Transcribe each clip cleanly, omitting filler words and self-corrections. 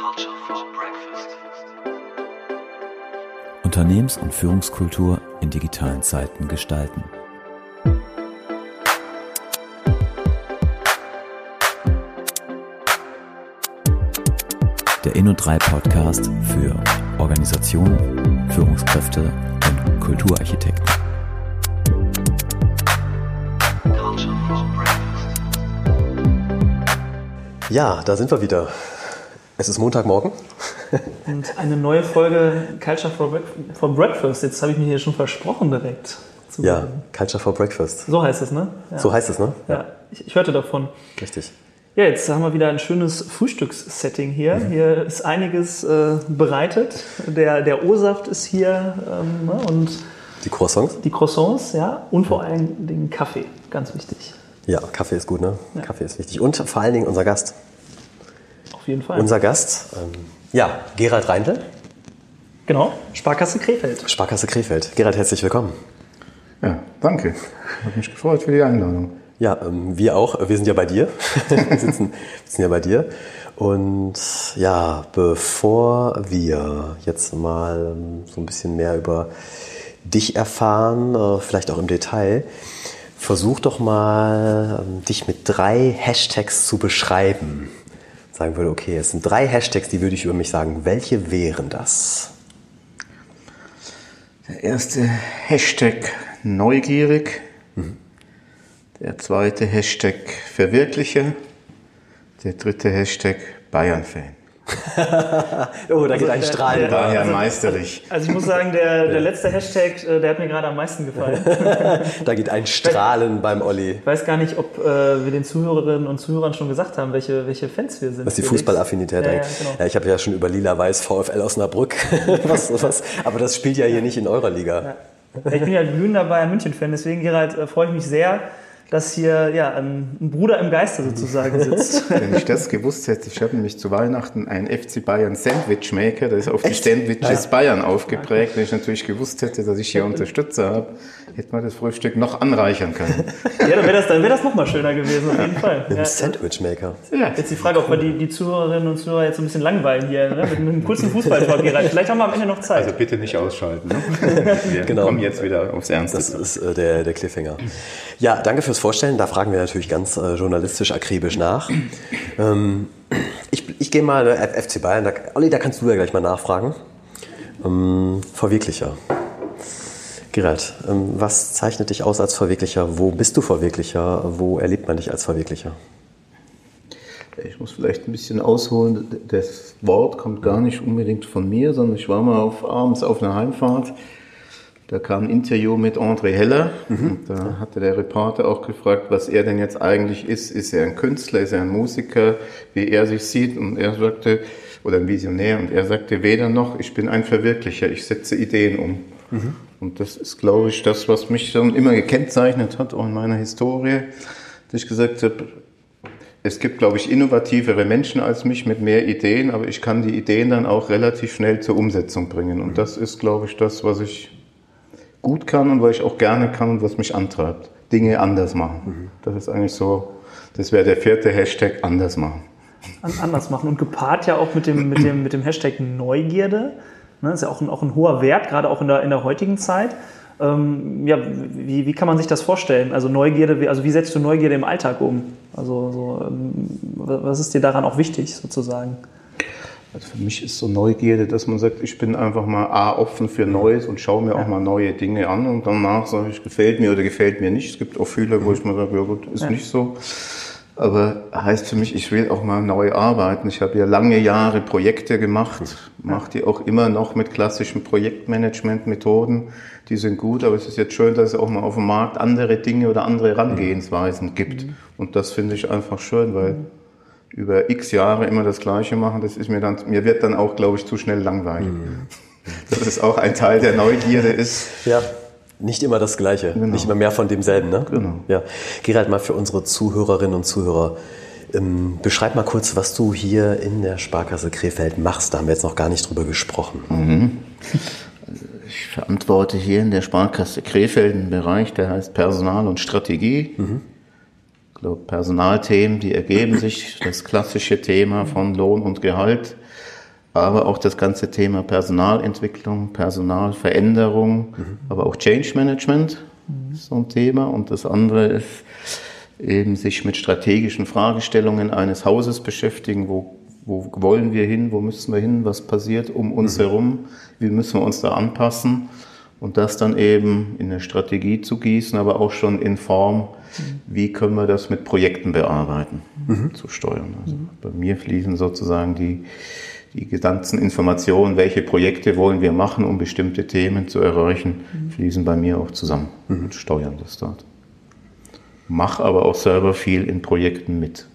Culture for Breakfast. Unternehmens- und Führungskultur in digitalen Zeiten gestalten. Der Inno3 Podcast für Organisationen, Führungskräfte und Kulturarchitekten. Culture for Breakfast. Ja, da sind wir wieder. Es ist Montagmorgen. Und eine neue Folge Culture for Breakfast. Jetzt habe ich mir hier schon versprochen direkt. Ja, Culture for Breakfast. So heißt es, ne? Ja. So heißt es, ne? Ja, ich hörte davon. Richtig. Ja, jetzt haben wir wieder ein schönes Frühstückssetting hier. Hier ist einiges bereitet. Der O-Saft ist hier und Die Croissants? die Croissants, ja. Und vor allen Dingen Kaffee, ganz wichtig. Ja, Kaffee ist gut, ne? Ja. Kaffee ist wichtig. Und vor allen Dingen unser Gast. Auf jeden Fall. Unser Gast, Gerald Reindl, Genau, Sparkasse Krefeld. Sparkasse Krefeld. Gerald, herzlich willkommen. Ja, danke. Hat mich gefreut für die Einladung. Ja, wir auch. Wir sind ja bei dir. Wir sitzen ja bei dir. Und ja, bevor wir jetzt mal so ein bisschen mehr über dich erfahren, vielleicht auch im Detail, versuch doch mal, dich mit 3 Hashtags zu beschreiben. Sagen würde, okay, es sind 3 Hashtags, die würde ich über mich sagen. Welche wären das? Der erste Hashtag neugierig. Der zweite Hashtag verwirkliche. Der dritte Hashtag Bayern-Fan. Oh, da geht ein Strahl. Daher meisterlich. Also ich muss sagen, der letzte Hashtag, der hat mir gerade am meisten gefallen. Da geht ein Strahlen beim Olli. Ich weiß gar nicht, ob wir den Zuhörerinnen und Zuhörern schon gesagt haben, welche Fans wir sind. Was die Fußballaffinität angeht. Genau. Ja, ich habe ja schon über Lila-Weiß VfL Osnabrück was, aber das spielt ja hier nicht in eurer Liga. Ja. Ich bin ja glühender Bayern München-Fan, deswegen, Gerald, freue ich mich sehr, dass hier ein Bruder im Geiste sozusagen sitzt. Wenn ich das gewusst hätte, ich habe nämlich zu Weihnachten einen FC Bayern Sandwich Maker, der ist auf die Sandwiches Bayern aufgeprägt. Wenn ich natürlich gewusst hätte, dass ich hier Unterstützer habe, hätte man das Frühstück noch anreichern können. Ja, dann wäre das nochmal schöner gewesen, auf jeden Fall. Mit Ja. einem Sandwich-Maker. Ja. Jetzt die Frage, ob wir die Zuhörerinnen und Zuhörer jetzt so ein bisschen langweilen hier, ne? Mit einem kurzen Fußballtalk, Gerald. Vielleicht haben wir am Ende noch Zeit. Also bitte nicht ausschalten. Ne? Wir Genau. kommen jetzt wieder aufs Ernste. Das ist der Cliffhanger. Ja, danke fürs Vorstellen. Da fragen wir natürlich ganz journalistisch akribisch nach. Ich gehe mal FC Bayern. Olli, da kannst du ja gleich mal nachfragen. Verwirklicher. Gerald, was zeichnet dich aus als Verwirklicher? Wo bist du Verwirklicher? Wo erlebt man dich als Verwirklicher? Ich muss vielleicht ein bisschen ausholen. Das Wort kommt gar nicht unbedingt von mir, sondern ich war mal abends auf einer Heimfahrt. Da kam ein Interview mit André Heller. Und da hatte der Reporter auch gefragt, was er denn jetzt eigentlich ist. Ist er ein Künstler, ist er ein Musiker, wie er sich sieht? Und er sagte, oder ein Visionär, und er sagte, weder noch, ich bin ein Verwirklicher, ich setze Ideen um. Und das ist, glaube ich, das, was mich schon immer gekennzeichnet hat, auch in meiner Historie, dass ich gesagt habe, es gibt, glaube ich, innovativere Menschen als mich mit mehr Ideen, aber ich kann die Ideen dann auch relativ schnell zur Umsetzung bringen. Und das ist, glaube ich, das, was ich gut kann und was ich auch gerne kann und was mich antreibt. Dinge anders machen. Das ist eigentlich so, das wäre der 4. Hashtag, anders machen. Anders machen und gepaart ja auch mit dem Hashtag Neugierde. Ne, ist ja auch ein hoher Wert, gerade auch in der heutigen Zeit. Wie kann man sich das vorstellen? Also Neugierde, wie setzt du Neugierde im Alltag um? Also was ist dir daran auch wichtig sozusagen? Also für mich ist so Neugierde, dass man sagt, ich bin einfach mal offen für Neues und schaue mir auch mal neue Dinge an und danach sage ich, gefällt mir oder gefällt mir nicht. Es gibt auch viele, wo ich mal sage, ja gut, ist nicht so. Aber heißt für mich, ich will auch mal neu arbeiten. Ich habe ja lange Jahre Projekte gemacht, mache die auch immer noch mit klassischen Projektmanagement-Methoden. Die sind gut, aber es ist jetzt schön, dass es auch mal auf dem Markt andere Dinge oder andere Herangehensweisen gibt. Und das finde ich einfach schön, weil über x Jahre immer das Gleiche machen, das ist mir wird dann auch, glaube ich, zu schnell langweilig. Das ist auch ein Teil der Neugierde ist. Ja. Nicht immer das Gleiche, nicht immer mehr von demselben, ne? Genau. Ja. Gerald, mal für unsere Zuhörerinnen und Zuhörer, beschreib mal kurz, was du hier in der Sparkasse Krefeld machst. Da haben wir jetzt noch gar nicht drüber gesprochen. Ich verantworte hier in der Sparkasse Krefeld einen Bereich, der heißt Personal und Strategie. Ich glaube, Personalthemen, die ergeben sich, das klassische Thema von Lohn und Gehalt. aber auch das ganze Thema Personalentwicklung, Personalveränderung, aber auch Change Management ist so ein Thema. Und das andere ist eben sich mit strategischen Fragestellungen eines Hauses beschäftigen, wo wollen wir hin, wo müssen wir hin, was passiert um uns herum, wie müssen wir uns da anpassen und das dann eben in eine Strategie zu gießen, aber auch schon in Form, wie können wir das mit Projekten bearbeiten, zu steuern. Also bei mir fließen sozusagen die ganzen Informationen, welche Projekte wollen wir machen, um bestimmte Themen zu erreichen, fließen bei mir auch zusammen und steuern das dort. Mach aber auch selber viel in Projekten mit.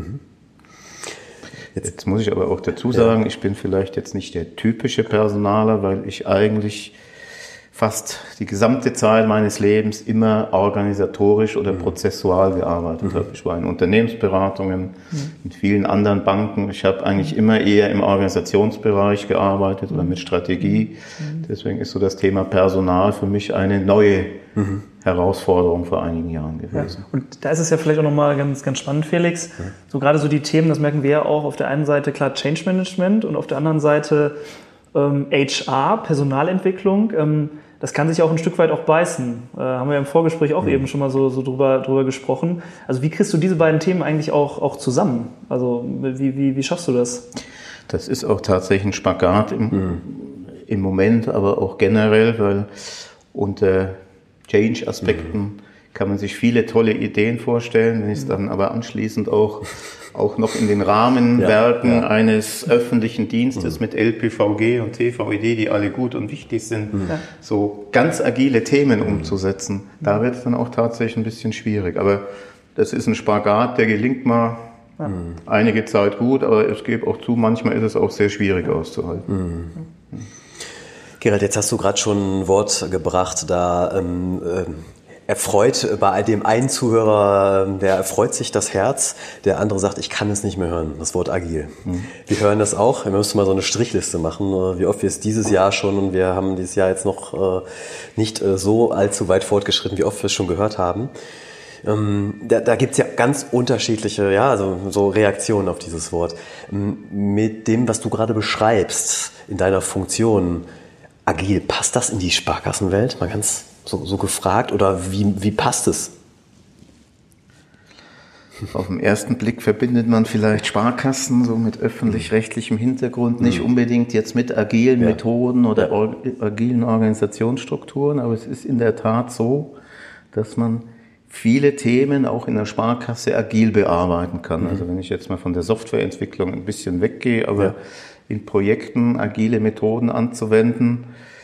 Jetzt muss ich aber auch dazu sagen, ich bin vielleicht jetzt nicht der typische Personaler, weil ich eigentlich fast die gesamte Zeit meines Lebens immer organisatorisch oder prozessual gearbeitet habe. Ich war in Unternehmensberatungen, mit vielen anderen Banken. Ich habe eigentlich immer eher im Organisationsbereich gearbeitet oder mit Strategie. Deswegen ist so das Thema Personal für mich eine neue Herausforderung vor einigen Jahren gewesen. Ja. Und da ist es ja vielleicht auch nochmal ganz, ganz spannend, Felix. So gerade so die Themen, das merken wir ja auch, auf der einen Seite klar Change Management und auf der anderen Seite HR, Personalentwicklung. Das kann sich ja auch ein Stück weit auch beißen. Haben wir ja im Vorgespräch auch eben schon mal so drüber gesprochen. Also wie kriegst du diese beiden Themen eigentlich auch zusammen? Also wie schaffst du das? Das ist auch tatsächlich ein Spagat im Moment, aber auch generell, weil unter Change-Aspekten kann man sich viele tolle Ideen vorstellen. Wenn ich es dann aber anschließend auch noch in den Rahmenwerken eines öffentlichen Dienstes mit LPVG und TVED, die alle gut und wichtig sind, so ganz agile Themen umzusetzen, da wird es dann auch tatsächlich ein bisschen schwierig. Aber das ist ein Spagat, der gelingt mal einige Zeit gut, aber ich gebe auch zu, manchmal ist es auch sehr schwierig auszuhalten. Gerald, jetzt hast du gerade schon ein Wort gebracht, da erfreut bei dem einen Zuhörer, der erfreut sich das Herz, der andere sagt, ich kann es nicht mehr hören, das Wort agil. Wir hören das auch, wir müssen mal so eine Strichliste machen, wie oft wir es dieses Jahr schon, und wir haben dieses Jahr jetzt noch nicht so allzu weit fortgeschritten, wie oft wir es schon gehört haben. Da gibt's ja ganz unterschiedliche, also so Reaktionen auf dieses Wort. Mit dem, was du gerade beschreibst in deiner Funktion, agil, passt das in die Sparkassenwelt? Mal ganz so gefragt, oder wie passt es? Auf den ersten Blick verbindet man vielleicht Sparkassen so mit öffentlich-rechtlichem Hintergrund, nicht unbedingt jetzt mit agilen Methoden oder agilen Organisationsstrukturen, aber es ist in der Tat so, dass man viele Themen auch in der Sparkasse agil bearbeiten kann. Also wenn ich jetzt mal von der Softwareentwicklung ein bisschen weggehe, aber in Projekten agile Methoden anzuwenden,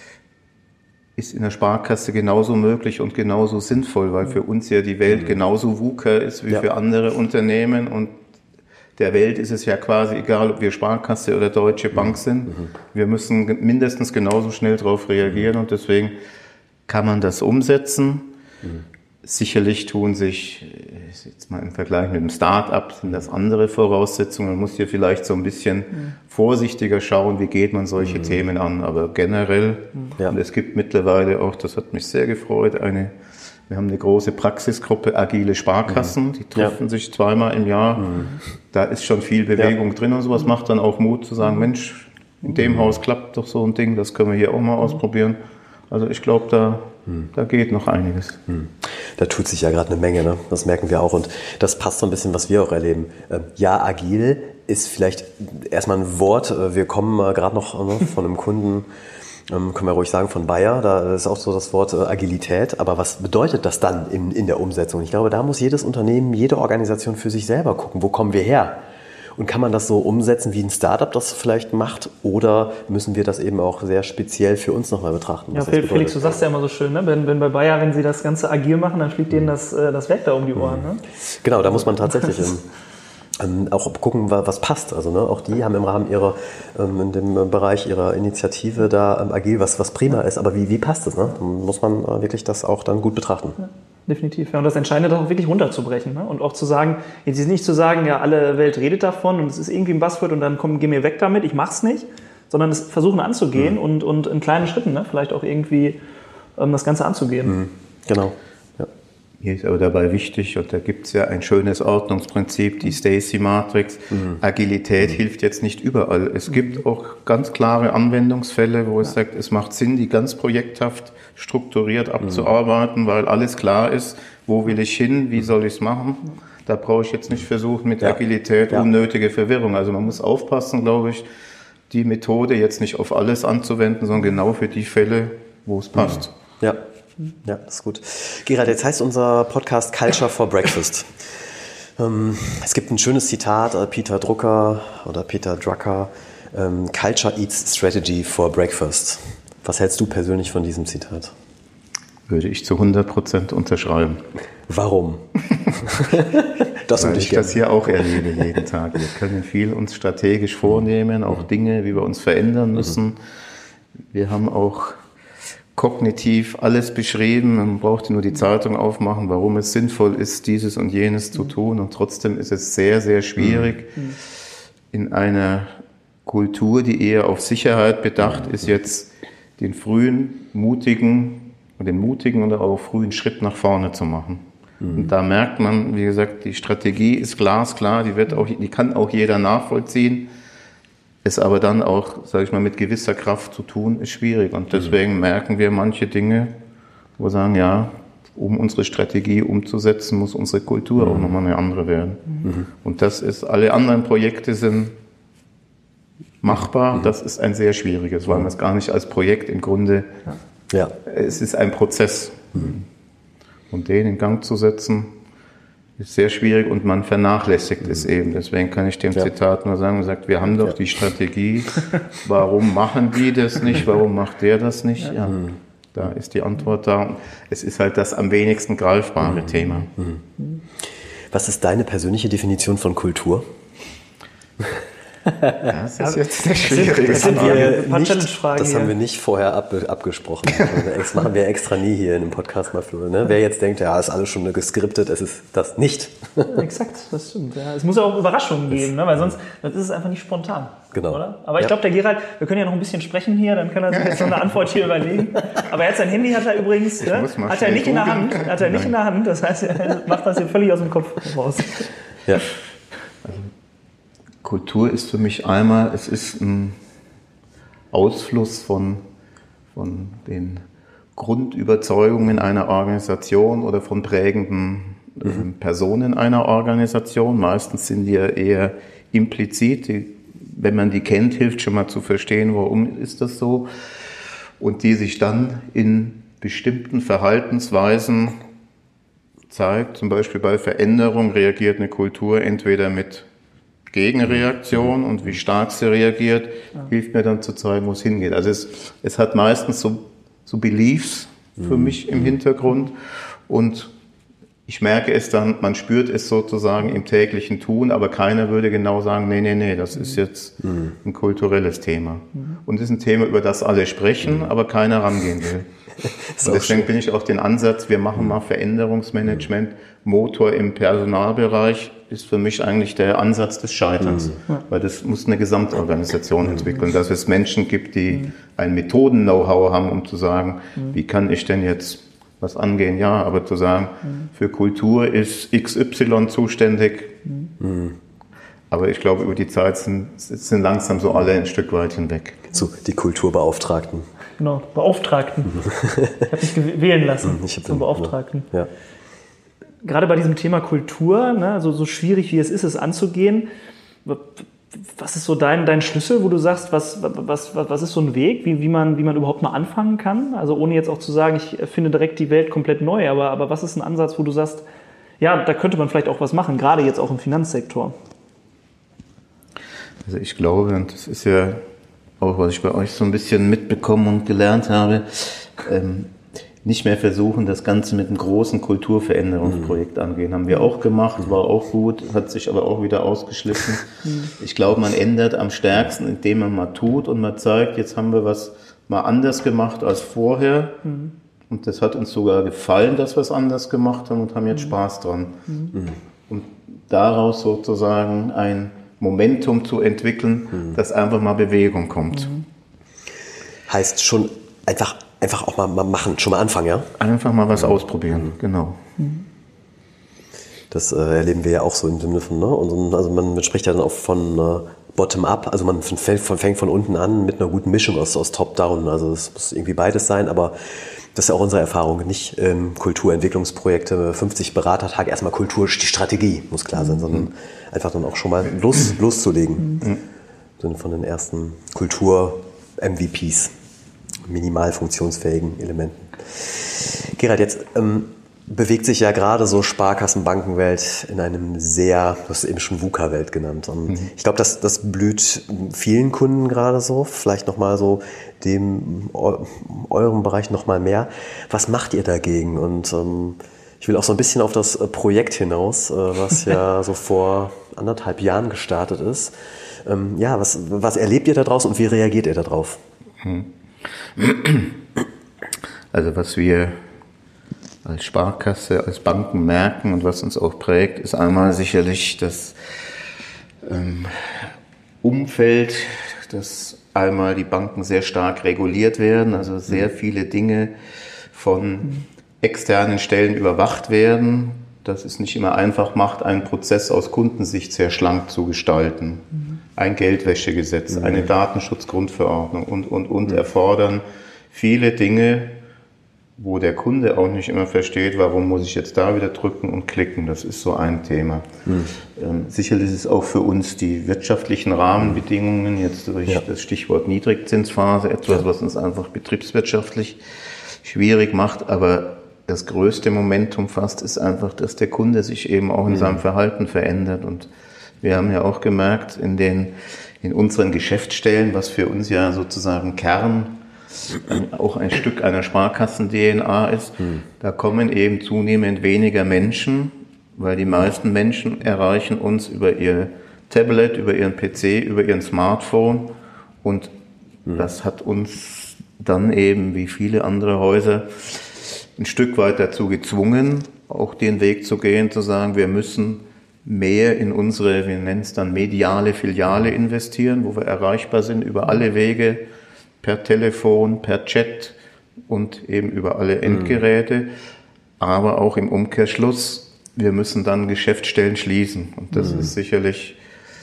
ist in der Sparkasse genauso möglich und genauso sinnvoll, weil für uns ja die Welt genauso VUCA ist wie für andere Unternehmen, und der Welt ist es ja quasi egal, ob wir Sparkasse oder Deutsche Bank sind. Wir müssen mindestens genauso schnell darauf reagieren, und deswegen kann man das umsetzen. Sicherlich tun sich, jetzt mal im Vergleich mit dem Start-up, sind das andere Voraussetzungen. Man muss hier vielleicht so ein bisschen vorsichtiger schauen, wie geht man solche Themen an. Aber generell, und es gibt mittlerweile auch, das hat mich sehr gefreut, wir haben eine große Praxisgruppe Agile Sparkassen, die treffen sich zweimal im Jahr. Da ist schon viel Bewegung drin, und sowas macht dann auch Mut zu sagen, Mensch, in dem Haus klappt doch so ein Ding, das können wir hier auch mal ausprobieren. Also ich glaube, da geht noch einiges. Da tut sich ja gerade eine Menge, ne? Das merken wir auch, und das passt so ein bisschen, was wir auch erleben. Ja, agil ist vielleicht erstmal ein Wort. Wir kommen gerade noch von einem Kunden, können wir ruhig sagen, von Bayer. Da ist auch so das Wort Agilität. Aber was bedeutet das dann in der Umsetzung? Ich glaube, da muss jedes Unternehmen, jede Organisation für sich selber gucken, wo kommen wir her? Und kann man das so umsetzen, wie ein Startup das vielleicht macht, oder müssen wir das eben auch sehr speziell für uns nochmal betrachten? Ja, Felix, du sagst ja immer so schön, ne? wenn bei Bayer, wenn sie das Ganze agil machen, dann fliegt denen das Werk da um die Ohren. Ne? Genau, da muss man tatsächlich auch gucken, was passt. Also auch die haben im Rahmen ihrer, in dem Bereich ihrer Initiative da agil, was prima ist. Aber wie passt es? Ne? Da muss man wirklich das auch dann gut betrachten. Ja. Definitiv. Ja, und das Entscheidende ist auch wirklich runterzubrechen, ne? Und auch zu sagen, jetzt ist nicht zu sagen, ja, alle Welt redet davon und es ist irgendwie ein Buzzword und dann geh mir weg damit, ich mach's nicht, sondern es versuchen anzugehen und in kleinen Schritten, ne? Vielleicht auch irgendwie das Ganze anzugehen. Genau. Ja. Mir ist aber dabei wichtig, und da gibt es ja ein schönes Ordnungsprinzip, die Stacy-Matrix. Agilität hilft jetzt nicht überall. Es gibt auch ganz klare Anwendungsfälle, wo es sagt, es macht Sinn, die ganz projekthaft strukturiert abzuarbeiten, weil alles klar ist, wo will ich hin, wie soll ich es machen. Da brauche ich jetzt nicht versuchen, mit Agilität unnötige Verwirrung. Also man muss aufpassen, glaube ich, die Methode jetzt nicht auf alles anzuwenden, sondern genau für die Fälle, wo es passt. Ja, das ist gut. Gerald, jetzt heißt unser Podcast Culture for Breakfast. Es gibt ein schönes Zitat, Peter Drucker, Culture eats strategy for breakfast. Was hältst du persönlich von diesem Zitat? Würde ich zu 100% unterschreiben. Warum? Weil ich das hier auch erlebe jeden Tag. Wir können viel uns strategisch vornehmen, auch Dinge, wie wir uns verändern müssen. Wir haben auch kognitiv alles beschrieben. Man braucht nur die Zeitung aufmachen, warum es sinnvoll ist, dieses und jenes zu tun. Und trotzdem ist es sehr, sehr schwierig, in einer Kultur, die eher auf Sicherheit bedacht ist, jetzt den mutigen oder auch frühen Schritt nach vorne zu machen. Und da merkt man, wie gesagt, die Strategie ist glasklar, die kann auch jeder nachvollziehen. Es aber dann auch, sage ich mal, mit gewisser Kraft zu tun, ist schwierig. Und deswegen merken wir manche Dinge, wo wir sagen, ja, um unsere Strategie umzusetzen, muss unsere Kultur auch nochmal eine andere werden. Und alle anderen Projekte sind machbar. Das ist ein sehr schwieriges, weil man es gar nicht als Projekt im Grunde, es ist ein Prozess. Und den in Gang zu setzen, ist sehr schwierig und man vernachlässigt es eben. Deswegen kann ich dem Zitat nur sagen, wir haben doch die Strategie, warum machen die das nicht, warum macht der das nicht? Ja, da ist die Antwort da. Es ist halt das am wenigsten greifbare Thema. Was ist deine persönliche Definition von Kultur? Das ist jetzt eine schwierige Frage. Das haben wir nicht vorher abgesprochen. Das machen wir extra nie hier in dem Podcast mal, Flo. Ne? Wer jetzt denkt, ja, ist alles schon geskriptet, es ist das nicht. Exakt, das stimmt. Ja. Es muss ja auch Überraschungen geben, ne? Weil sonst ist es einfach nicht spontan. Genau. Oder? Aber ich glaube, der Gerald, wir können ja noch ein bisschen sprechen hier, dann kann er sich jetzt noch eine Antwort hier überlegen. Aber jetzt sein Handy hat er übrigens, hat er nicht in der Hand. Das heißt, er macht das hier völlig aus dem Kopf raus. Ja. Kultur ist für mich einmal, es ist ein Ausfluss von den Grundüberzeugungen einer Organisation oder von prägenden Personen einer Organisation. Meistens sind die ja eher implizit. Wenn man die kennt, hilft schon mal zu verstehen, warum ist das so. Und die sich dann in bestimmten Verhaltensweisen zeigt. Zum Beispiel bei Veränderung reagiert eine Kultur entweder mit Gegenreaktion und wie stark sie reagiert, hilft mir dann zu zeigen, wo es hingeht. Also es hat meistens so Beliefs für mich im Hintergrund und ich merke es dann, man spürt es sozusagen im täglichen Tun, aber keiner würde genau sagen, nee, das ist jetzt ein kulturelles Thema. Und es ist ein Thema, über das alle sprechen, aber keiner rangehen will. Und deswegen bin ich auch den Ansatz, wir machen mal Veränderungsmanagement, Motor im Personalbereich, ist für mich eigentlich der Ansatz des Scheiterns. Weil das muss eine Gesamtorganisation entwickeln, dass es Menschen gibt, die ein Methoden-Know-how haben, um zu sagen, wie kann ich denn jetzt was angehen? Ja, aber zu sagen, für Kultur ist XY zuständig. Aber ich glaube, über die Zeit sind langsam so alle ein Stück weit hinweg. So, die Kulturbeauftragten. Genau, Beauftragten. Ich habe mich wählen lassen zum Beauftragten. Ja. Gerade bei diesem Thema Kultur, ne, so schwierig wie es ist, es anzugehen, was ist so dein Schlüssel, wo du sagst, was ist so ein Weg, wie man überhaupt mal anfangen kann? Also ohne jetzt auch zu sagen, ich finde direkt die Welt komplett neu, aber was ist ein Ansatz, wo du sagst, ja, da könnte man vielleicht auch was machen, gerade jetzt auch im Finanzsektor? Also ich glaube, und das ist ja auch, was ich bei euch so ein bisschen mitbekommen und gelernt habe, nicht mehr versuchen, das Ganze mit einem großen Kulturveränderungsprojekt angehen. Haben wir auch gemacht, war auch gut, hat sich aber auch wieder ausgeschliffen. Ich glaube, man ändert am stärksten, indem man mal tut und man zeigt, jetzt haben wir was mal anders gemacht als vorher. Und das hat uns sogar gefallen, dass wir es anders gemacht haben und haben jetzt Spaß dran. Und daraus sozusagen ein Momentum zu entwickeln, dass einfach mal Bewegung kommt. Heißt schon einfach auch mal machen, schon mal anfangen, ja? Einfach mal was ausprobieren, genau. Das erleben wir ja auch so im Sinne von, ne? Und, also man spricht ja dann auch von Bottom-up, also man fängt von unten an mit einer guten Mischung aus Top-Down. Also es muss irgendwie beides sein, aber das ist ja auch unsere Erfahrung, nicht Kulturentwicklungsprojekte, 50 Beratertag, erstmal Kultur, die Strategie muss klar sein, sondern einfach dann auch schon mal loszulegen. Im Sinne von den ersten Kultur-MVPs, minimal funktionsfähigen Elementen. Gerald, jetzt bewegt sich ja gerade so Sparkassen-Bankenwelt in einem sehr, du hast eben schon VUCA-Welt genannt. Und ich glaube, das blüht vielen Kunden gerade so, vielleicht nochmal so eurem Bereich nochmal mehr. Was macht ihr dagegen? Und ich will auch so ein bisschen auf das Projekt hinaus, was ja so vor 1,5 Jahren gestartet ist. Ja, was erlebt ihr da draußen und wie reagiert ihr da drauf? Also was wir als Sparkasse, als Banken merken und was uns auch prägt, ist einmal sicherlich das Umfeld, dass einmal die Banken sehr stark reguliert werden, also sehr viele Dinge von externen Stellen überwacht werden, dass es nicht immer einfach macht, einen Prozess aus Kundensicht sehr schlank zu gestalten. Ein Geldwäschegesetz, eine Datenschutzgrundverordnung und erfordern viele Dinge, wo der Kunde auch nicht immer versteht, warum muss ich jetzt da wieder drücken und klicken. Das ist so ein Thema. Sicherlich ist es auch für uns die wirtschaftlichen Rahmenbedingungen, jetzt durch das Stichwort Niedrigzinsphase, etwas, was uns einfach betriebswirtschaftlich schwierig macht. Aber das größte Momentum fast ist einfach, dass der Kunde sich eben auch in seinem Verhalten verändert. Und wir haben ja auch gemerkt, in unseren Geschäftsstellen, was für uns ja sozusagen Kern auch ein Stück einer Sparkassen-DNA ist, da kommen eben zunehmend weniger Menschen, weil die meisten Menschen erreichen uns über ihr Tablet, über ihren PC, über ihren Smartphone und das hat uns dann eben, wie viele andere Häuser, ein Stück weit dazu gezwungen, auch den Weg zu gehen, zu sagen, wir müssen mehr in unsere, wir nennen es dann mediale Filiale investieren, wo wir erreichbar sind über alle Wege, per Telefon, per Chat und eben über alle Endgeräte, aber auch im Umkehrschluss, wir müssen dann Geschäftsstellen schließen. Und das ist sicherlich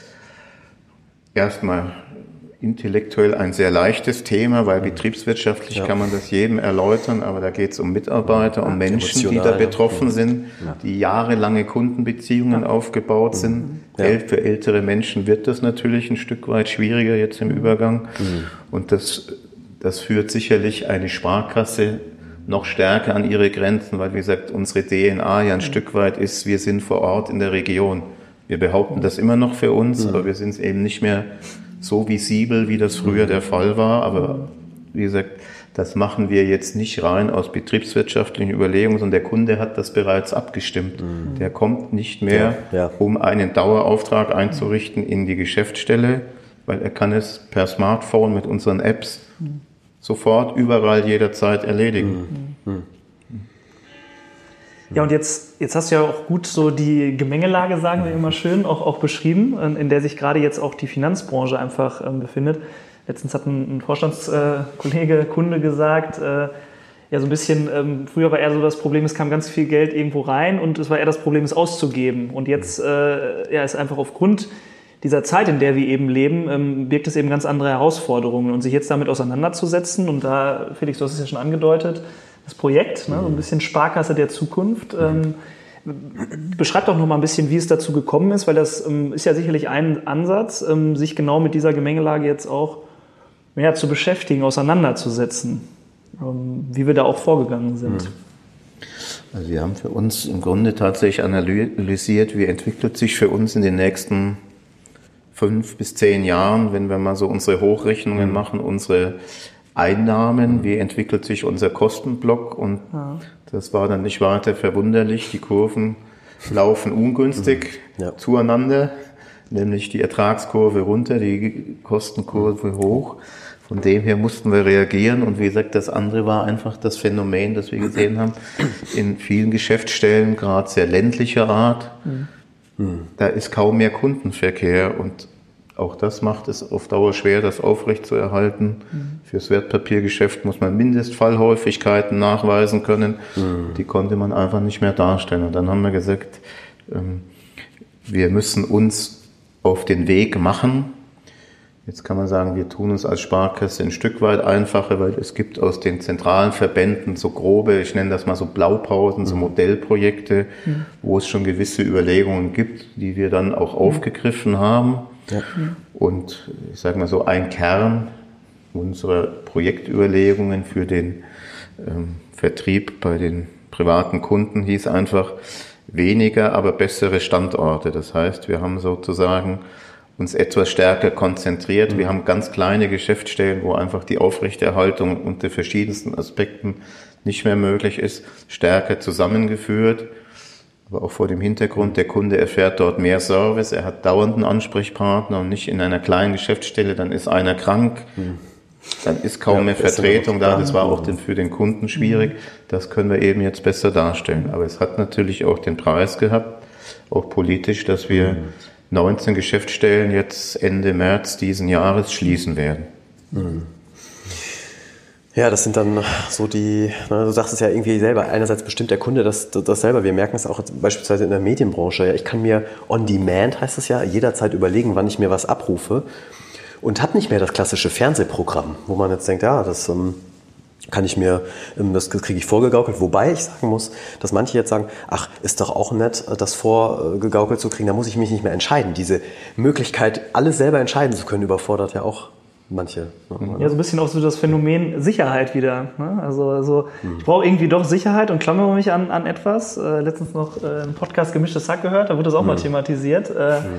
erstmal intellektuell ein sehr leichtes Thema, weil betriebswirtschaftlich kann man das jedem erläutern, aber da geht es um Mitarbeiter und Menschen, die da betroffen sind, die jahrelange Kundenbeziehungen aufgebaut sind. Für ältere Menschen wird das natürlich ein Stück weit schwieriger jetzt im Übergang. Und das führt sicherlich eine Sparkasse noch stärker an ihre Grenzen, weil, wie gesagt, unsere DNA ja ein Stück weit ist, wir sind vor Ort in der Region. Wir behaupten das immer noch für uns, aber wir sind es eben nicht mehr so visibel, wie das früher der Fall war. Aber wie gesagt, das machen wir jetzt nicht rein aus betriebswirtschaftlichen Überlegungen, sondern der Kunde hat das bereits abgestimmt. Der kommt nicht mehr, um einen Dauerauftrag einzurichten in die Geschäftsstelle, weil er kann es per Smartphone mit unseren Apps sofort, überall, jederzeit erledigen. Ja, und jetzt hast du ja auch gut so die Gemengelage, sagen wir immer schön, auch beschrieben, in der sich gerade jetzt auch die Finanzbranche einfach befindet. Letztens hat ein Vorstandskollege, Kunde gesagt, ja so ein bisschen, früher war eher so das Problem, es kam ganz viel Geld irgendwo rein und es war eher das Problem, es auszugeben. Und jetzt ist einfach aufgrund dieser Zeit, in der wir eben leben, birgt es eben ganz andere Herausforderungen. Und sich jetzt damit auseinanderzusetzen, und da, Felix, du hast es ja schon angedeutet, das Projekt, so ein bisschen Sparkasse der Zukunft. Beschreib doch noch mal ein bisschen, wie es dazu gekommen ist, weil das ist ja sicherlich ein Ansatz, sich genau mit dieser Gemengelage jetzt auch zu beschäftigen, auseinanderzusetzen, wie wir da auch vorgegangen sind. Also wir haben für uns im Grunde tatsächlich analysiert, wie entwickelt sich für uns in den nächsten 5 bis 10 Jahren, wenn wir mal so unsere Hochrechnungen machen, unsere Einnahmen, wie entwickelt sich unser Kostenblock, und das war dann nicht weiter verwunderlich. Die Kurven laufen ungünstig zueinander, nämlich die Ertragskurve runter, die Kostenkurve hoch. Von dem her mussten wir reagieren, und wie gesagt, das andere war einfach das Phänomen, das wir gesehen haben, in vielen Geschäftsstellen, gerade sehr ländlicher Art, da ist kaum mehr Kundenverkehr, und auch das macht es auf Dauer schwer, das aufrechtzuerhalten. Fürs Wertpapiergeschäft muss man Mindestfallhäufigkeiten nachweisen können. Die konnte man einfach nicht mehr darstellen. Und dann haben wir gesagt, Wir müssen uns auf den Weg machen. Jetzt kann man sagen, wir tun uns als Sparkasse ein Stück weit einfacher, weil es gibt aus den zentralen Verbänden so grobe, ich nenne das mal so Blaupausen, so Modellprojekte, wo es schon gewisse Überlegungen gibt, die wir dann auch aufgegriffen haben. Ja. Und ich sage mal so, ein Kern unserer Projektüberlegungen für den Vertrieb bei den privaten Kunden hieß einfach weniger, aber bessere Standorte. Das heißt, wir haben sozusagen uns etwas stärker konzentriert. Wir haben ganz kleine Geschäftsstellen, wo einfach die Aufrechterhaltung unter verschiedensten Aspekten nicht mehr möglich ist, stärker zusammengeführt. Aber auch vor dem Hintergrund, der Kunde erfährt dort mehr Service, er hat dauernden Ansprechpartner und nicht in einer kleinen Geschäftsstelle, dann ist einer krank, dann ist kaum mehr Vertretung da. Das war auch für den Kunden schwierig. Das können wir eben jetzt besser darstellen. Aber es hat natürlich auch den Preis gehabt, auch politisch, dass wir 19 Geschäftsstellen jetzt Ende März diesen Jahres schließen werden. Ja, das sind dann so die, du sagst es ja irgendwie selber, einerseits bestimmt der Kunde das selber. Wir merken es auch beispielsweise in der Medienbranche. Ja, ich kann mir on demand, heißt es ja, jederzeit überlegen, wann ich mir was abrufe und habe nicht mehr das klassische Fernsehprogramm, wo man jetzt denkt, ja, das kann ich mir, das kriege ich vorgegaukelt. Wobei ich sagen muss, dass manche jetzt sagen, ach, ist doch auch nett, das vorgegaukelt zu kriegen, da muss ich mich nicht mehr entscheiden. Diese Möglichkeit, alles selber entscheiden zu können, überfordert ja auch manche. Ja, so ein bisschen auch so das Phänomen Sicherheit wieder. Ne? Also ich brauche irgendwie doch Sicherheit und klammere mich an etwas. Letztens noch einen Podcast Gemischtes Hack gehört, da wurde das auch mal thematisiert.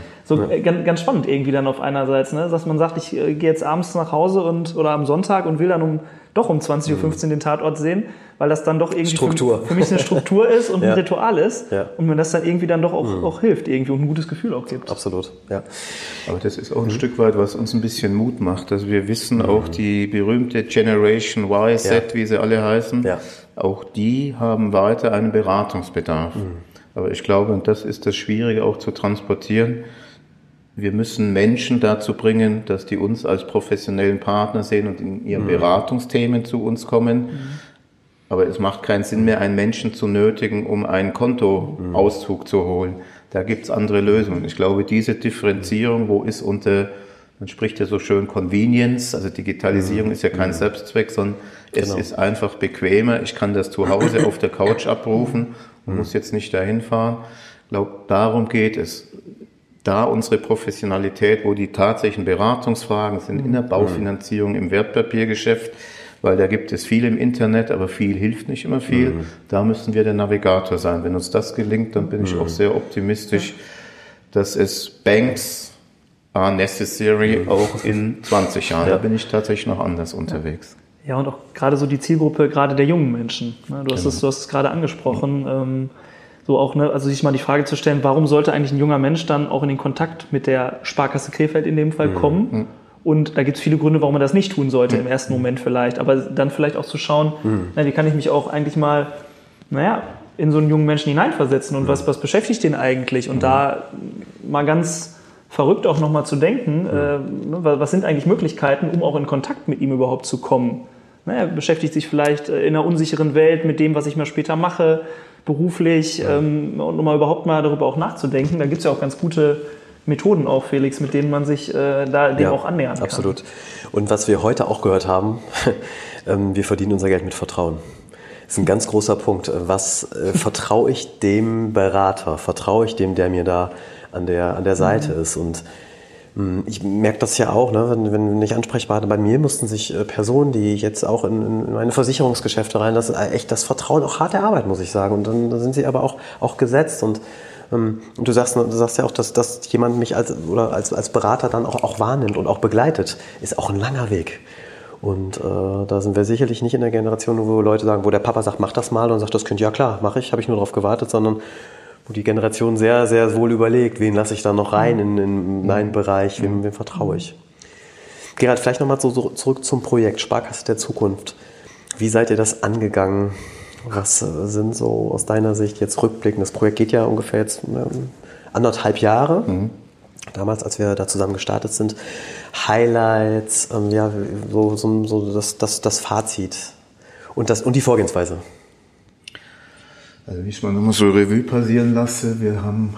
Ganz spannend irgendwie dann auf einerseits, ne? Dass man sagt, ich gehe jetzt abends nach Hause oder am Sonntag und will dann um 20.15 Uhr den Tatort sehen, weil das dann doch irgendwie für mich eine Struktur ist und ein Ritual ist und mir das dann irgendwie dann doch auch hilft irgendwie und ein gutes Gefühl auch gibt. Absolut, ja. Aber das ist auch ein Stück weit, was uns ein bisschen Mut macht. Also wir wissen auch die berühmte Generation Y, Z, wie sie alle heißen, auch die haben weiter einen Beratungsbedarf. Aber ich glaube, und das ist das Schwierige auch zu transportieren, wir müssen Menschen dazu bringen, dass die uns als professionellen Partner sehen und in ihren Beratungsthemen zu uns kommen. Aber es macht keinen Sinn mehr, einen Menschen zu nötigen, um einen Kontoauszug zu holen. Da gibt es andere Lösungen. Ich glaube, diese Differenzierung, man spricht ja so schön Convenience, also Digitalisierung ist ja kein Selbstzweck, sondern es ist einfach bequemer. Ich kann das zu Hause auf der Couch abrufen und muss jetzt nicht dahin fahren. Ich glaube, darum geht es. Da unsere Professionalität, wo die tatsächlichen Beratungsfragen sind in der Baufinanzierung, im Wertpapiergeschäft, weil da gibt es viel im Internet, aber viel hilft nicht immer viel. Da müssen wir der Navigator sein. Wenn uns das gelingt, dann bin ich auch sehr optimistisch, dass es Banks are necessary auch in 20 Jahren. Da bin ich tatsächlich noch anders unterwegs. Ja, und auch gerade so die Zielgruppe, gerade der jungen Menschen. Du hast es gerade angesprochen. So auch, also sich mal die Frage zu stellen, warum sollte eigentlich ein junger Mensch dann auch in den Kontakt mit der Sparkasse Krefeld in dem Fall kommen? Und da gibt es viele Gründe, warum man das nicht tun sollte, im ersten Moment vielleicht. Aber dann vielleicht auch zu schauen, wie kann ich mich auch eigentlich mal, in so einen jungen Menschen hineinversetzen und was beschäftigt den eigentlich? Und da mal ganz verrückt auch nochmal zu denken, was sind eigentlich Möglichkeiten, um auch in Kontakt mit ihm überhaupt zu kommen? Er beschäftigt sich vielleicht in einer unsicheren Welt mit dem, was ich mal später mache, beruflich, und um mal überhaupt mal darüber auch nachzudenken. Da gibt es ja auch ganz gute Methoden auch, Felix, mit denen man sich dem auch annähern kann. Absolut. Und was wir heute auch gehört haben, wir verdienen unser Geld mit Vertrauen. Das ist ein ganz großer Punkt. Was vertraue ich dem Berater? Vertraue ich dem, der mir da an der Seite ist? Und ich merke das ja auch, ne? Wenn ich ansprechbar bei mir mussten sich Personen, die jetzt auch in meine Versicherungsgeschäfte reinlassen, echt das Vertrauen, auch harte Arbeit, muss ich sagen. Und dann sind sie aber auch gesetzt. Und du sagst ja auch, dass jemand mich als Berater dann auch wahrnimmt und auch begleitet, ist auch ein langer Weg. Und da sind wir sicherlich nicht in der Generation, wo Leute sagen, wo der Papa sagt, mach das mal und sagt, das könnt ja klar, mache ich, habe ich nur darauf gewartet, sondern wo die Generation sehr, sehr wohl überlegt, wen lasse ich da noch rein in meinen Bereich, wem vertraue ich. Gerald, vielleicht nochmal so zurück zum Projekt Sparkasse der Zukunft. Wie seid ihr das angegangen? Was sind so aus deiner Sicht jetzt rückblickend? Das Projekt geht ja ungefähr jetzt 1,5 Jahre. Damals, als wir da zusammen gestartet sind. Highlights, so das Fazit und die Vorgehensweise. Also, wie ich mal nochmal so Revue passieren lasse, wir haben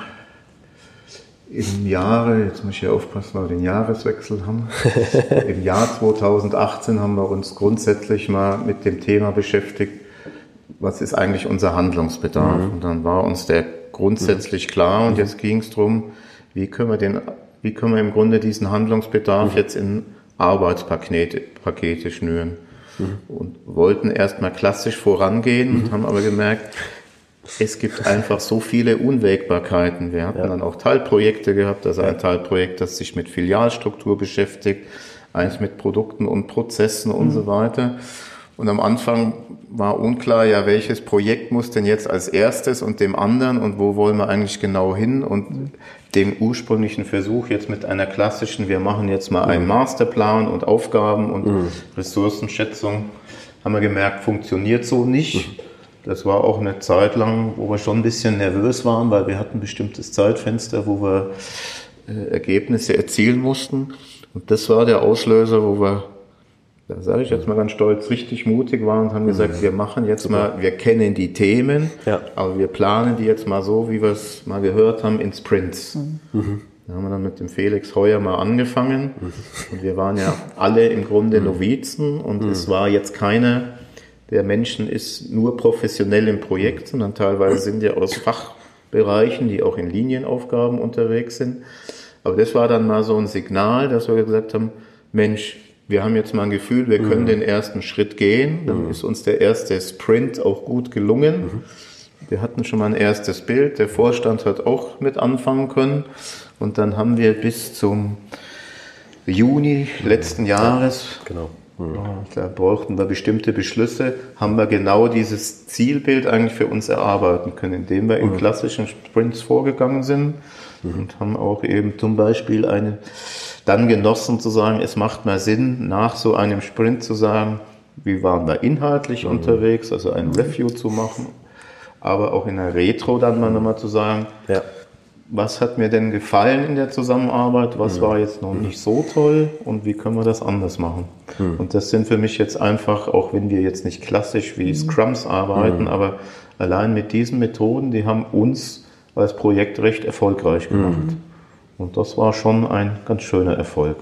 im Jahre, jetzt muss ich hier aufpassen, weil wir den Jahreswechsel haben, im Jahr 2018 haben wir uns grundsätzlich mal mit dem Thema beschäftigt, was ist eigentlich unser Handlungsbedarf? Und dann war uns der grundsätzlich klar und jetzt ging es darum, wie können wir im Grunde diesen Handlungsbedarf jetzt in Arbeitspakete schnüren. Und wollten erstmal klassisch vorangehen und haben aber gemerkt, es gibt einfach so viele Unwägbarkeiten. Wir hatten dann auch Teilprojekte gehabt, also ein Teilprojekt, das sich mit Filialstruktur beschäftigt, eins mit Produkten und Prozessen und so weiter. Und am Anfang war unklar, ja, welches Projekt muss denn jetzt als erstes und dem anderen und wo wollen wir eigentlich genau hin und dem ursprünglichen Versuch jetzt mit einer klassischen, wir machen jetzt mal einen Masterplan und Aufgaben und Ressourcenschätzung, haben wir gemerkt, funktioniert so nicht. Das war auch eine Zeit lang, wo wir schon ein bisschen nervös waren, weil wir hatten ein bestimmtes Zeitfenster, wo wir Ergebnisse erzielen mussten. Und das war der Auslöser, wo wir, da sage ich jetzt mal ganz stolz, richtig mutig waren und haben gesagt, wir machen jetzt mal, wir kennen die Themen, aber wir planen die jetzt mal so, wie wir es mal gehört haben, in Sprints. Da haben wir dann mit dem Felix Heuer mal angefangen und wir waren ja alle im Grunde Novizen und es war jetzt keiner der Menschen ist nur professionell im Projekt, sondern teilweise sind ja aus Fachbereichen, die auch in Linienaufgaben unterwegs sind. Aber das war dann mal so ein Signal, dass wir gesagt haben, Mensch, wir haben jetzt mal ein Gefühl, wir können den ersten Schritt gehen. Dann ist uns der erste Sprint auch gut gelungen. Wir hatten schon mal ein erstes Bild, der Vorstand hat auch mit anfangen können. Und dann haben wir bis zum Juni letzten Jahres, da brauchten wir bestimmte Beschlüsse, haben wir genau dieses Zielbild eigentlich für uns erarbeiten können, indem wir in klassischen Sprints vorgegangen sind und haben auch eben zum Beispiel dann genossen zu sagen, es macht mal Sinn, nach so einem Sprint zu sagen, wie waren wir inhaltlich unterwegs, also ein Review zu machen, aber auch in der Retro dann mal nochmal zu sagen, was hat mir denn gefallen in der Zusammenarbeit, was war jetzt noch nicht so toll und wie können wir das anders machen. Und das sind für mich jetzt einfach, auch wenn wir jetzt nicht klassisch wie Scrums arbeiten, aber allein mit diesen Methoden, die haben uns als Projekt recht erfolgreich gemacht. Und das war schon ein ganz schöner Erfolg.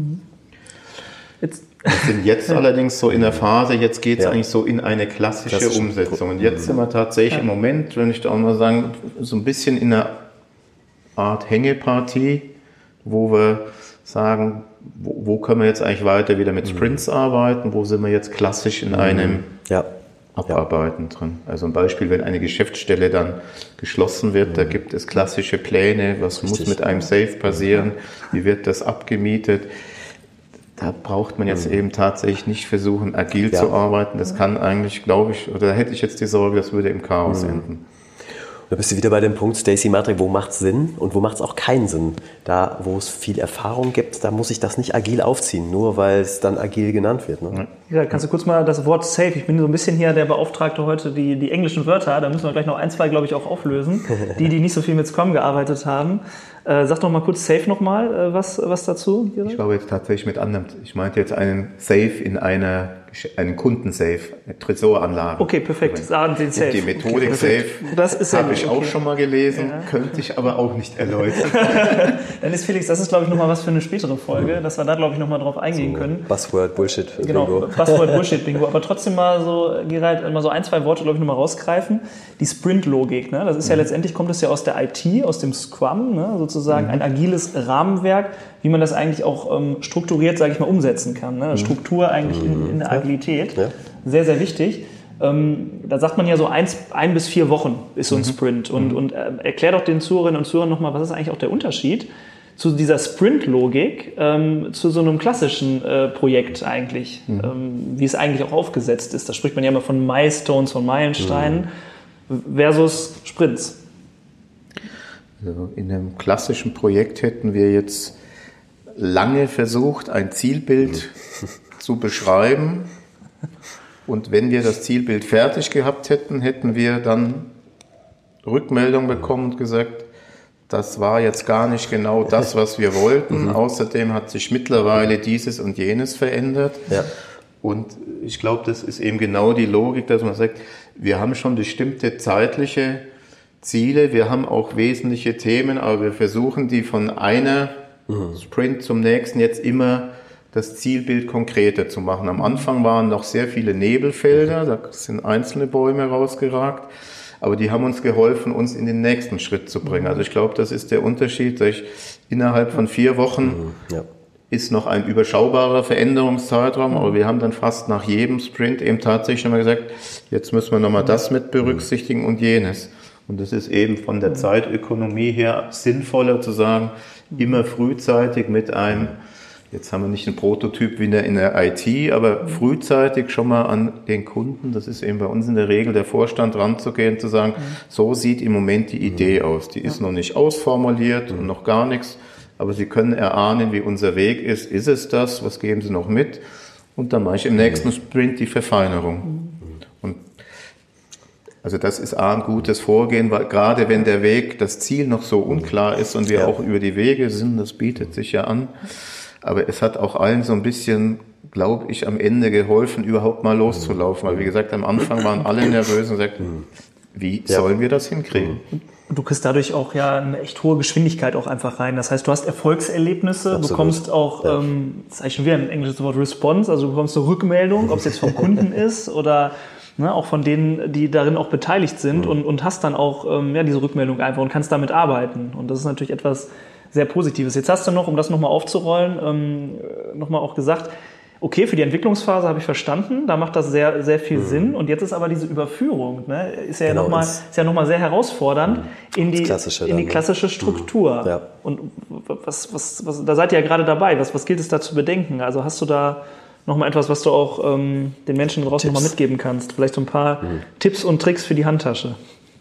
Wir sind jetzt allerdings so in der Phase, jetzt geht es eigentlich so in eine klassische Umsetzung. Und jetzt sind wir tatsächlich im Moment, wenn ich da auch mal sagen, so ein bisschen in einer Art Hängepartie, wo wir sagen, wo können wir jetzt eigentlich weiter wieder mit Sprints arbeiten, wo sind wir jetzt klassisch in einem Abarbeiten drin. Also ein Beispiel, wenn eine Geschäftsstelle dann geschlossen wird, da gibt es klassische Pläne, was muss mit einem Safe passieren, wie wird das abgemietet. Da braucht man jetzt eben tatsächlich nicht versuchen, agil zu arbeiten. Das kann eigentlich, glaube ich, oder da hätte ich jetzt die Sorge, das würde im Chaos enden. Da bist du wieder bei dem Punkt, Stacey Matrik, wo macht es Sinn und wo macht es auch keinen Sinn? Da, wo es viel Erfahrung gibt, da muss ich das nicht agil aufziehen, nur weil es dann agil genannt wird. Ne? Ja, kannst du kurz mal das Wort Safe, ich bin so ein bisschen hier der Beauftragte heute, die englischen Wörter, da müssen wir gleich noch ein, zwei, glaube ich, auch auflösen, die nicht so viel mit Scrum gearbeitet haben. Sag doch mal kurz Safe nochmal, was dazu? Ich glaube jetzt tatsächlich mit anderem, ich meinte jetzt einen Safe in einen Kundensafe, eine Tresoranlage. Okay, perfekt, sagen den Safe. Die Methodik okay, Safe habe ich auch schon mal gelesen, könnte ich aber auch nicht erläutern. Dann ist Felix, das ist glaube ich nochmal was für eine spätere Folge, dass wir da glaube ich nochmal drauf eingehen können. Buzzword Bullshit Bingo. Genau, Buzzword Bullshit Bingo, aber trotzdem mal so, Gerald, mal so ein, zwei Worte glaube ich nochmal rausgreifen. Die Sprint-Logik, ne? Das ist ja letztendlich, kommt es ja aus der IT, aus dem Scrum, ne? Sozusagen ein agiles Rahmenwerk, wie man das eigentlich auch strukturiert, sage ich mal, umsetzen kann. Ne? Struktur eigentlich in der Agilität. Ja. Sehr, sehr wichtig. Da sagt man ja so 1 bis 4 Wochen ist so ein Sprint. Und erklär doch den Zuhörerinnen und Zuhörern nochmal, was ist eigentlich auch der Unterschied zu dieser Sprint-Logik, zu so einem klassischen Projekt eigentlich, wie es eigentlich auch aufgesetzt ist. Da spricht man ja immer von Milestones, von Meilensteinen versus Sprints. Also in einem klassischen Projekt hätten wir jetzt lange versucht, ein Zielbild zu beschreiben. Und wenn wir das Zielbild fertig gehabt hätten, hätten wir dann Rückmeldung bekommen und gesagt, das war jetzt gar nicht genau das, was wir wollten. Außerdem hat sich mittlerweile dieses und jenes verändert. Ja. Und ich glaube, das ist eben genau die Logik, dass man sagt, wir haben schon bestimmte zeitliche Ziele, wir haben auch wesentliche Themen, aber wir versuchen die von einer Sprint zum nächsten jetzt immer das Zielbild konkreter zu machen. Am Anfang waren noch sehr viele Nebelfelder, da sind einzelne Bäume rausgeragt, aber die haben uns geholfen, uns in den nächsten Schritt zu bringen. Also ich glaube, das ist der Unterschied, dass innerhalb von 4 Wochen ist noch ein überschaubarer Veränderungszeitraum, aber wir haben dann fast nach jedem Sprint eben tatsächlich nochmal gesagt, jetzt müssen wir nochmal das mit berücksichtigen und jenes. Und das ist eben von der Zeitökonomie her sinnvoller zu sagen, immer frühzeitig mit einem, jetzt haben wir nicht einen Prototyp wie in der IT, aber frühzeitig schon mal an den Kunden, das ist eben bei uns in der Regel der Vorstand, ranzugehen, zu sagen, so sieht im Moment die Idee aus. Die ist noch nicht ausformuliert und noch gar nichts, aber Sie können erahnen, wie unser Weg ist. Ist es das? Was geben Sie noch mit? Und dann mache ich im nächsten Sprint die Verfeinerung. Und also das ist ein gutes Vorgehen, weil gerade wenn der Weg, das Ziel noch so unklar ist und wir auch über die Wege sind, das bietet sich ja an. Aber es hat auch allen so ein bisschen, glaube ich, am Ende geholfen, überhaupt mal loszulaufen. Weil wie gesagt, am Anfang waren alle nervös und sagten, wie sollen wir das hinkriegen? Du kriegst dadurch auch ja eine echt hohe Geschwindigkeit auch einfach rein. Das heißt, du hast Erfolgserlebnisse, bekommst auch, das ist eigentlich schon wieder ein englisches Wort, Response, also du bekommst eine Rückmeldung, ob es jetzt vom Kunden ist oder auch von denen, die darin auch beteiligt sind und hast dann auch diese Rückmeldung einfach und kannst damit arbeiten. Und das ist natürlich etwas sehr Positives. Jetzt hast du noch, um das nochmal aufzurollen, nochmal auch gesagt, okay, für die Entwicklungsphase habe ich verstanden, da macht das sehr, sehr viel Sinn. Und jetzt ist aber diese Überführung, ist ja noch mal sehr herausfordernd in die klassische Struktur. Ja. Und was, da seid ihr ja gerade dabei. Was gilt es da zu bedenken? Also hast du da noch mal etwas, was du auch den Menschen draußen noch mal mitgeben kannst? Vielleicht so ein paar Tipps und Tricks für die Handtasche.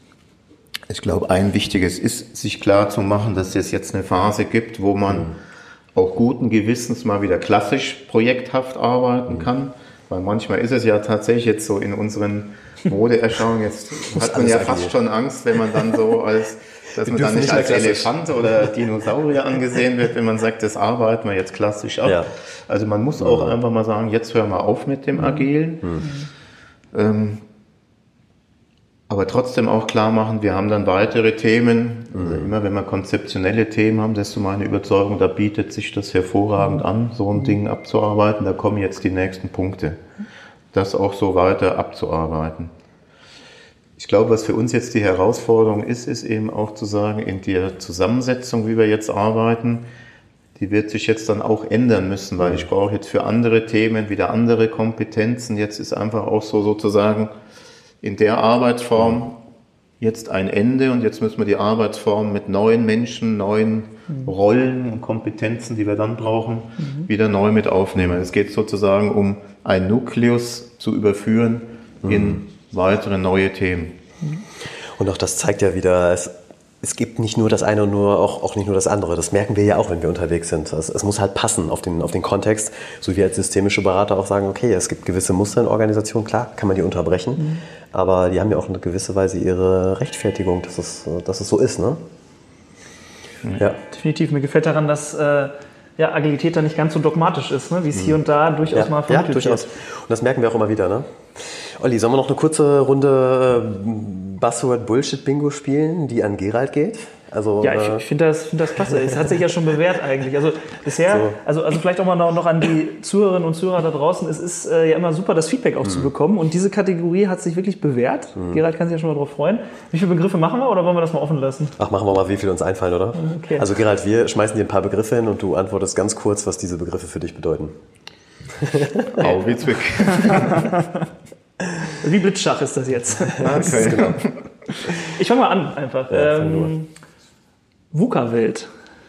Ich glaube, ein wichtiges ist, sich klar zu machen, dass es jetzt eine Phase gibt, wo man auch guten Gewissens mal wieder klassisch projekthaft arbeiten kann. Weil manchmal ist es ja tatsächlich jetzt so in unseren Modeerscheinungen, jetzt hat man ja fast schon Angst, wenn man dann so dass man dann nicht als Elefant oder Dinosaurier angesehen wird, wenn man sagt, das arbeiten wir jetzt klassisch ab. Ja. Also man muss auch einfach mal sagen, jetzt hören wir auf mit dem Agilen. Aber trotzdem auch klar machen, wir haben dann weitere Themen. Also immer wenn wir konzeptionelle Themen haben, desto meine Überzeugung, da bietet sich das hervorragend an, so ein Ding abzuarbeiten. Da kommen jetzt die nächsten Punkte. Das auch so weiter abzuarbeiten. Ich glaube, was für uns jetzt die Herausforderung ist eben auch zu sagen, in der Zusammensetzung, wie wir jetzt arbeiten, die wird sich jetzt dann auch ändern müssen, weil ich brauche jetzt für andere Themen wieder andere Kompetenzen. Jetzt ist einfach auch so sozusagen in der Arbeitsform jetzt ein Ende und jetzt müssen wir die Arbeitsform mit neuen Menschen, neuen Rollen und Kompetenzen, die wir dann brauchen, wieder neu mit aufnehmen. Es geht sozusagen um ein Nukleus zu überführen in weitere neue Themen. Und auch das zeigt ja wieder, es gibt nicht nur das eine und auch nicht nur das andere. Das merken wir ja auch, wenn wir unterwegs sind. Es muss halt passen auf den Kontext, so wie als systemische Berater auch sagen, okay, es gibt gewisse Muster in Organisationen, klar, kann man die unterbrechen, aber die haben ja auch in gewisser Weise ihre Rechtfertigung, dass es so ist, ne? Ja. Definitiv. Mir gefällt daran, dass Agilität da nicht ganz so dogmatisch ist, ne? Wie es hier und da durchaus mal vermittelt wird. Durchaus. Und das merken wir auch immer wieder, ne? Olli, sollen wir noch eine kurze Runde Buzzword-Bullshit-Bingo spielen, die an Gerald geht? Also, ja, ich finde das klasse. Es hat sich ja schon bewährt eigentlich. Also bisher, also vielleicht auch mal noch an die Zuhörerinnen und Zuhörer da draußen. Es ist ja immer super, das Feedback auch zu bekommen. Und diese Kategorie hat sich wirklich bewährt. Gerald kann sich ja schon mal drauf freuen. Wie viele Begriffe machen wir oder wollen wir das mal offen lassen? Ach, machen wir mal, wie viele uns einfallen, oder? Okay. Also Gerald, wir schmeißen dir ein paar Begriffe hin und du antwortest ganz kurz, was diese Begriffe für dich bedeuten. Augenblick. Wie Blitzschach ist das jetzt. Okay. Genau. Ich fange mal an einfach. VUCA-Welt.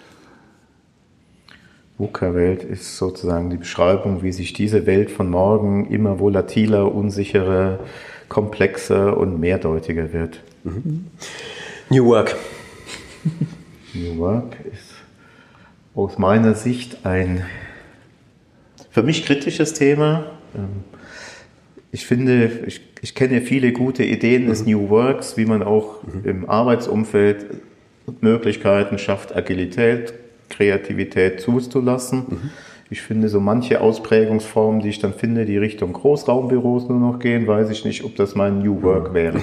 VUCA-Welt ist sozusagen die Beschreibung, wie sich diese Welt von morgen immer volatiler, unsicherer, komplexer und mehrdeutiger wird. New Work. New Work ist aus meiner Sicht ein für mich kritisches Thema. Ich finde, ich kenne viele gute Ideen des New Works, wie man auch im Arbeitsumfeld Möglichkeiten schafft, Agilität, Kreativität zuzulassen. Ich finde so manche Ausprägungsformen, die ich dann finde, die Richtung Großraumbüros nur noch gehen, weiß ich nicht, ob das mein New Work wäre.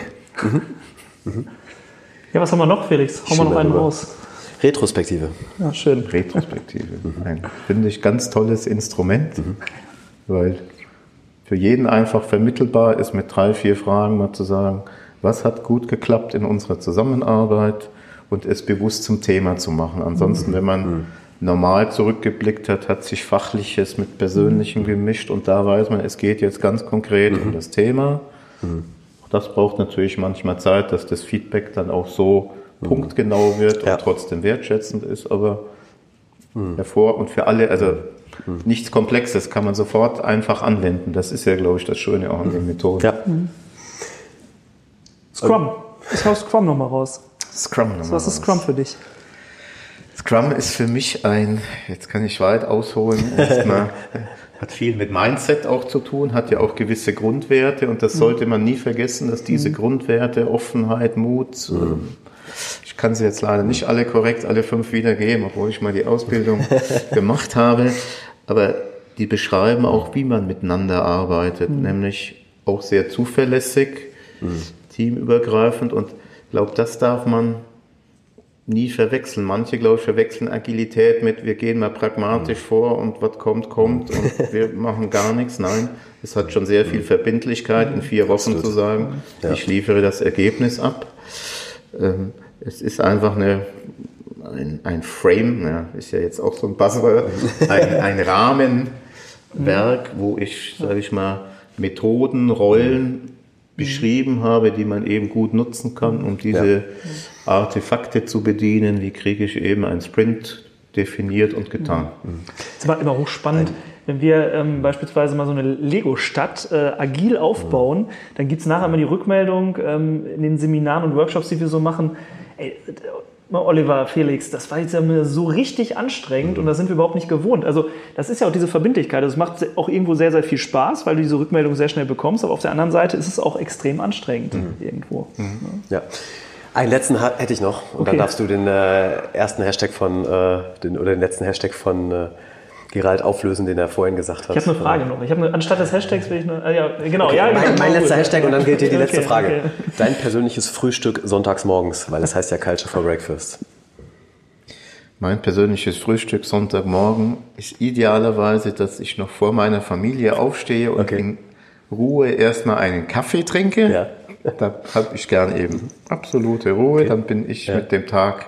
Ja, was haben wir noch, Felix? Hauen wir noch einen raus. Retrospektive. Ja, schön. Retrospektive. Ein, finde ich, ganz tolles Instrument, weil für jeden einfach vermittelbar ist, mit 3, 4 Fragen mal zu sagen, was hat gut geklappt in unserer Zusammenarbeit und es bewusst zum Thema zu machen. Ansonsten, wenn man normal zurückgeblickt hat, hat sich Fachliches mit Persönlichem gemischt und da weiß man, es geht jetzt ganz konkret um das Thema. Das braucht natürlich manchmal Zeit, dass das Feedback dann auch so punktgenau wird und trotzdem wertschätzend ist, aber hervor und für alle, also nichts Komplexes kann man sofort einfach anwenden. Das ist ja, glaube ich, das Schöne auch an den Methoden. Ja. Scrum. Ich hau Scrum nochmal raus. Scrum nochmal Was ist Scrum für dich? Scrum ist für mich ein, jetzt kann ich weit ausholen, erstmal hat viel mit Mindset auch zu tun, hat ja auch gewisse Grundwerte und das sollte man nie vergessen, dass diese Grundwerte, Offenheit, Mut, ich kann sie jetzt leider nicht alle korrekt, alle 5 wiedergeben, obwohl ich mal die Ausbildung gemacht habe, aber die beschreiben auch, wie man miteinander arbeitet, nämlich auch sehr zuverlässig, teamübergreifend und ich glaube, das darf man nie verwechseln. Manche, glaube ich, verwechseln Agilität mit, wir gehen mal pragmatisch vor und was kommt, kommt und wir machen gar nichts. Nein, es hat schon sehr viel Verbindlichkeit, in 4 Wochen zu sagen, ich liefere das Ergebnis ab. Es ist einfach ein Frame, ja, ist ja jetzt auch so ein Buzzword, ein Rahmenwerk, wo ich, sage ich mal, Methoden, Rollen beschrieben habe, die man eben gut nutzen kann, um diese Artefakte zu bedienen. Wie kriege ich eben einen Sprint definiert und getan? Das ist immer hochspannend. Wenn wir beispielsweise mal so eine Lego-Stadt agil aufbauen, dann gibt es nachher immer die Rückmeldung in den Seminaren und Workshops, die wir so machen, ey, Oliver, Felix, das war jetzt ja so richtig anstrengend und das sind wir überhaupt nicht gewohnt. Also das ist ja auch diese Verbindlichkeit. Also es macht auch irgendwo sehr, sehr viel Spaß, weil du diese Rückmeldung sehr schnell bekommst, aber auf der anderen Seite ist es auch extrem anstrengend irgendwo. Ja. Einen letzten hätte ich noch und dann darfst du den ersten Hashtag oder den letzten Hashtag von Gerald auflösen, den er vorhin gesagt hat. Ich habe eine Frage noch. Anstatt des Hashtags will ich nur... Mein letzter Hashtag und dann gilt dir die letzte Frage. Okay. Dein persönliches Frühstück sonntags morgens, weil es heißt ja Culture for Breakfast. Mein persönliches Frühstück Sonntagmorgen ist idealerweise, dass ich noch vor meiner Familie aufstehe und in Ruhe erstmal einen Kaffee trinke. Ja. Da habe ich gern eben absolute Ruhe. Dann bin ich mit dem Tag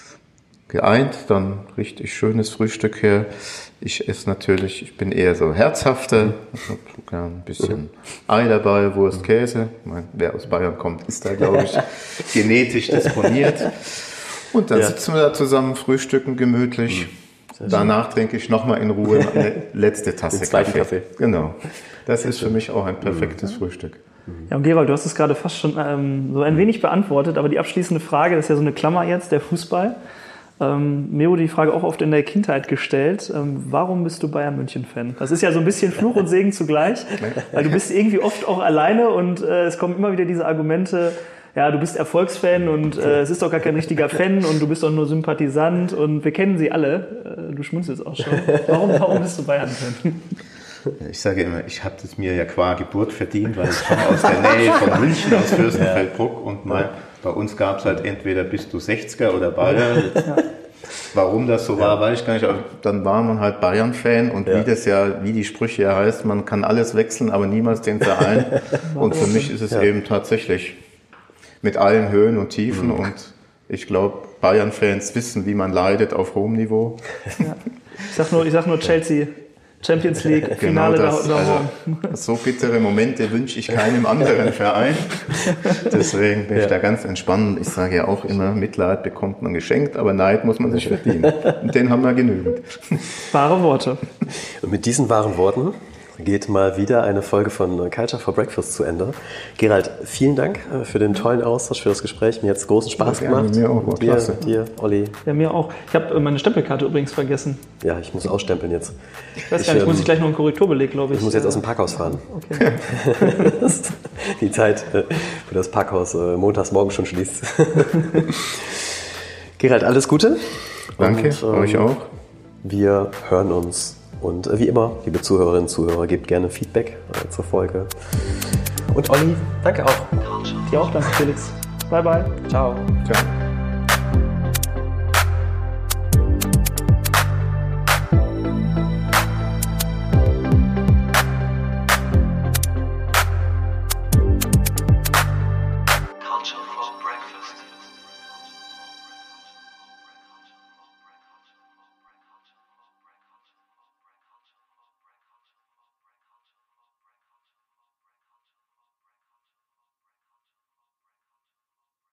geeint, dann richtig schönes Frühstück her. Ich esse natürlich, ich bin eher so herzhafter, ich habe sogar ein bisschen Ei dabei, Wurst, Käse. Ich meine, wer aus Bayern kommt, ist da, glaube ich, genetisch disponiert. Und dann sitzen wir da zusammen, frühstücken gemütlich. Danach trinke ich nochmal in Ruhe eine letzte Tasse Kaffee. Genau. Das ist für mich auch ein perfektes Frühstück. Ja, und Gerald, du hast es gerade fast schon so ein wenig beantwortet, aber die abschließende Frage, das ist ja so eine Klammer jetzt, der Fußball. Mir wurde die Frage auch oft in der Kindheit gestellt, warum bist du Bayern München-Fan? Das ist ja so ein bisschen Fluch und Segen zugleich, weil du bist irgendwie oft auch alleine und es kommen immer wieder diese Argumente, ja, du bist Erfolgsfan und es ist doch gar kein richtiger Fan und du bist doch nur Sympathisant und wir kennen sie alle. Du schmunzelst auch schon. Warum bist du Bayern-Fan? Ich sage immer, ich habe das mir ja qua Geburt verdient, weil ich komme aus der Nähe von München, aus Fürstenfeldbruck und bei uns gab es halt entweder bist du 60er oder Bayern. Warum das so war, weiß ich gar nicht. Aber dann war man halt Bayern-Fan und wie die Sprüche ja heißt, man kann alles wechseln, aber niemals den Verein. Und für mich ist es eben tatsächlich mit allen Höhen und Tiefen und ich glaube, Bayern-Fans wissen, wie man leidet auf hohem Niveau. Ja. Ich sag nur Chelsea. Champions League, Finale so bittere Momente wünsche ich keinem anderen Verein. Deswegen bin ich da ganz entspannt. Ich sage ja auch immer, Mitleid bekommt man geschenkt, aber Neid muss man sich verdienen. Und den haben wir genügend. Wahre Worte. Und mit diesen wahren Worten geht mal wieder eine Folge von Culture for Breakfast zu Ende. Gerald, vielen Dank für den tollen Austausch, für das Gespräch. Mir hat es großen Spaß gemacht. Mir auch. Dir, Olli. Ja, mir auch. Ich habe meine Stempelkarte übrigens vergessen. Ja, ich muss ausstempeln jetzt. Ich weiß gar nicht, muss ich gleich noch einen Korrekturbeleg, glaube ich. Ich muss jetzt aus dem Parkhaus fahren. Okay. Die Zeit, wo das Parkhaus montags morgen schon schließt. Gerald, alles Gute. Danke, euch auch. Wir hören uns Und wie immer, liebe Zuhörerinnen und Zuhörer, gebt gerne Feedback zur Folge. Und Olli, danke auch. Dir auch, danke Felix. Bye, bye. Ciao. Ciao.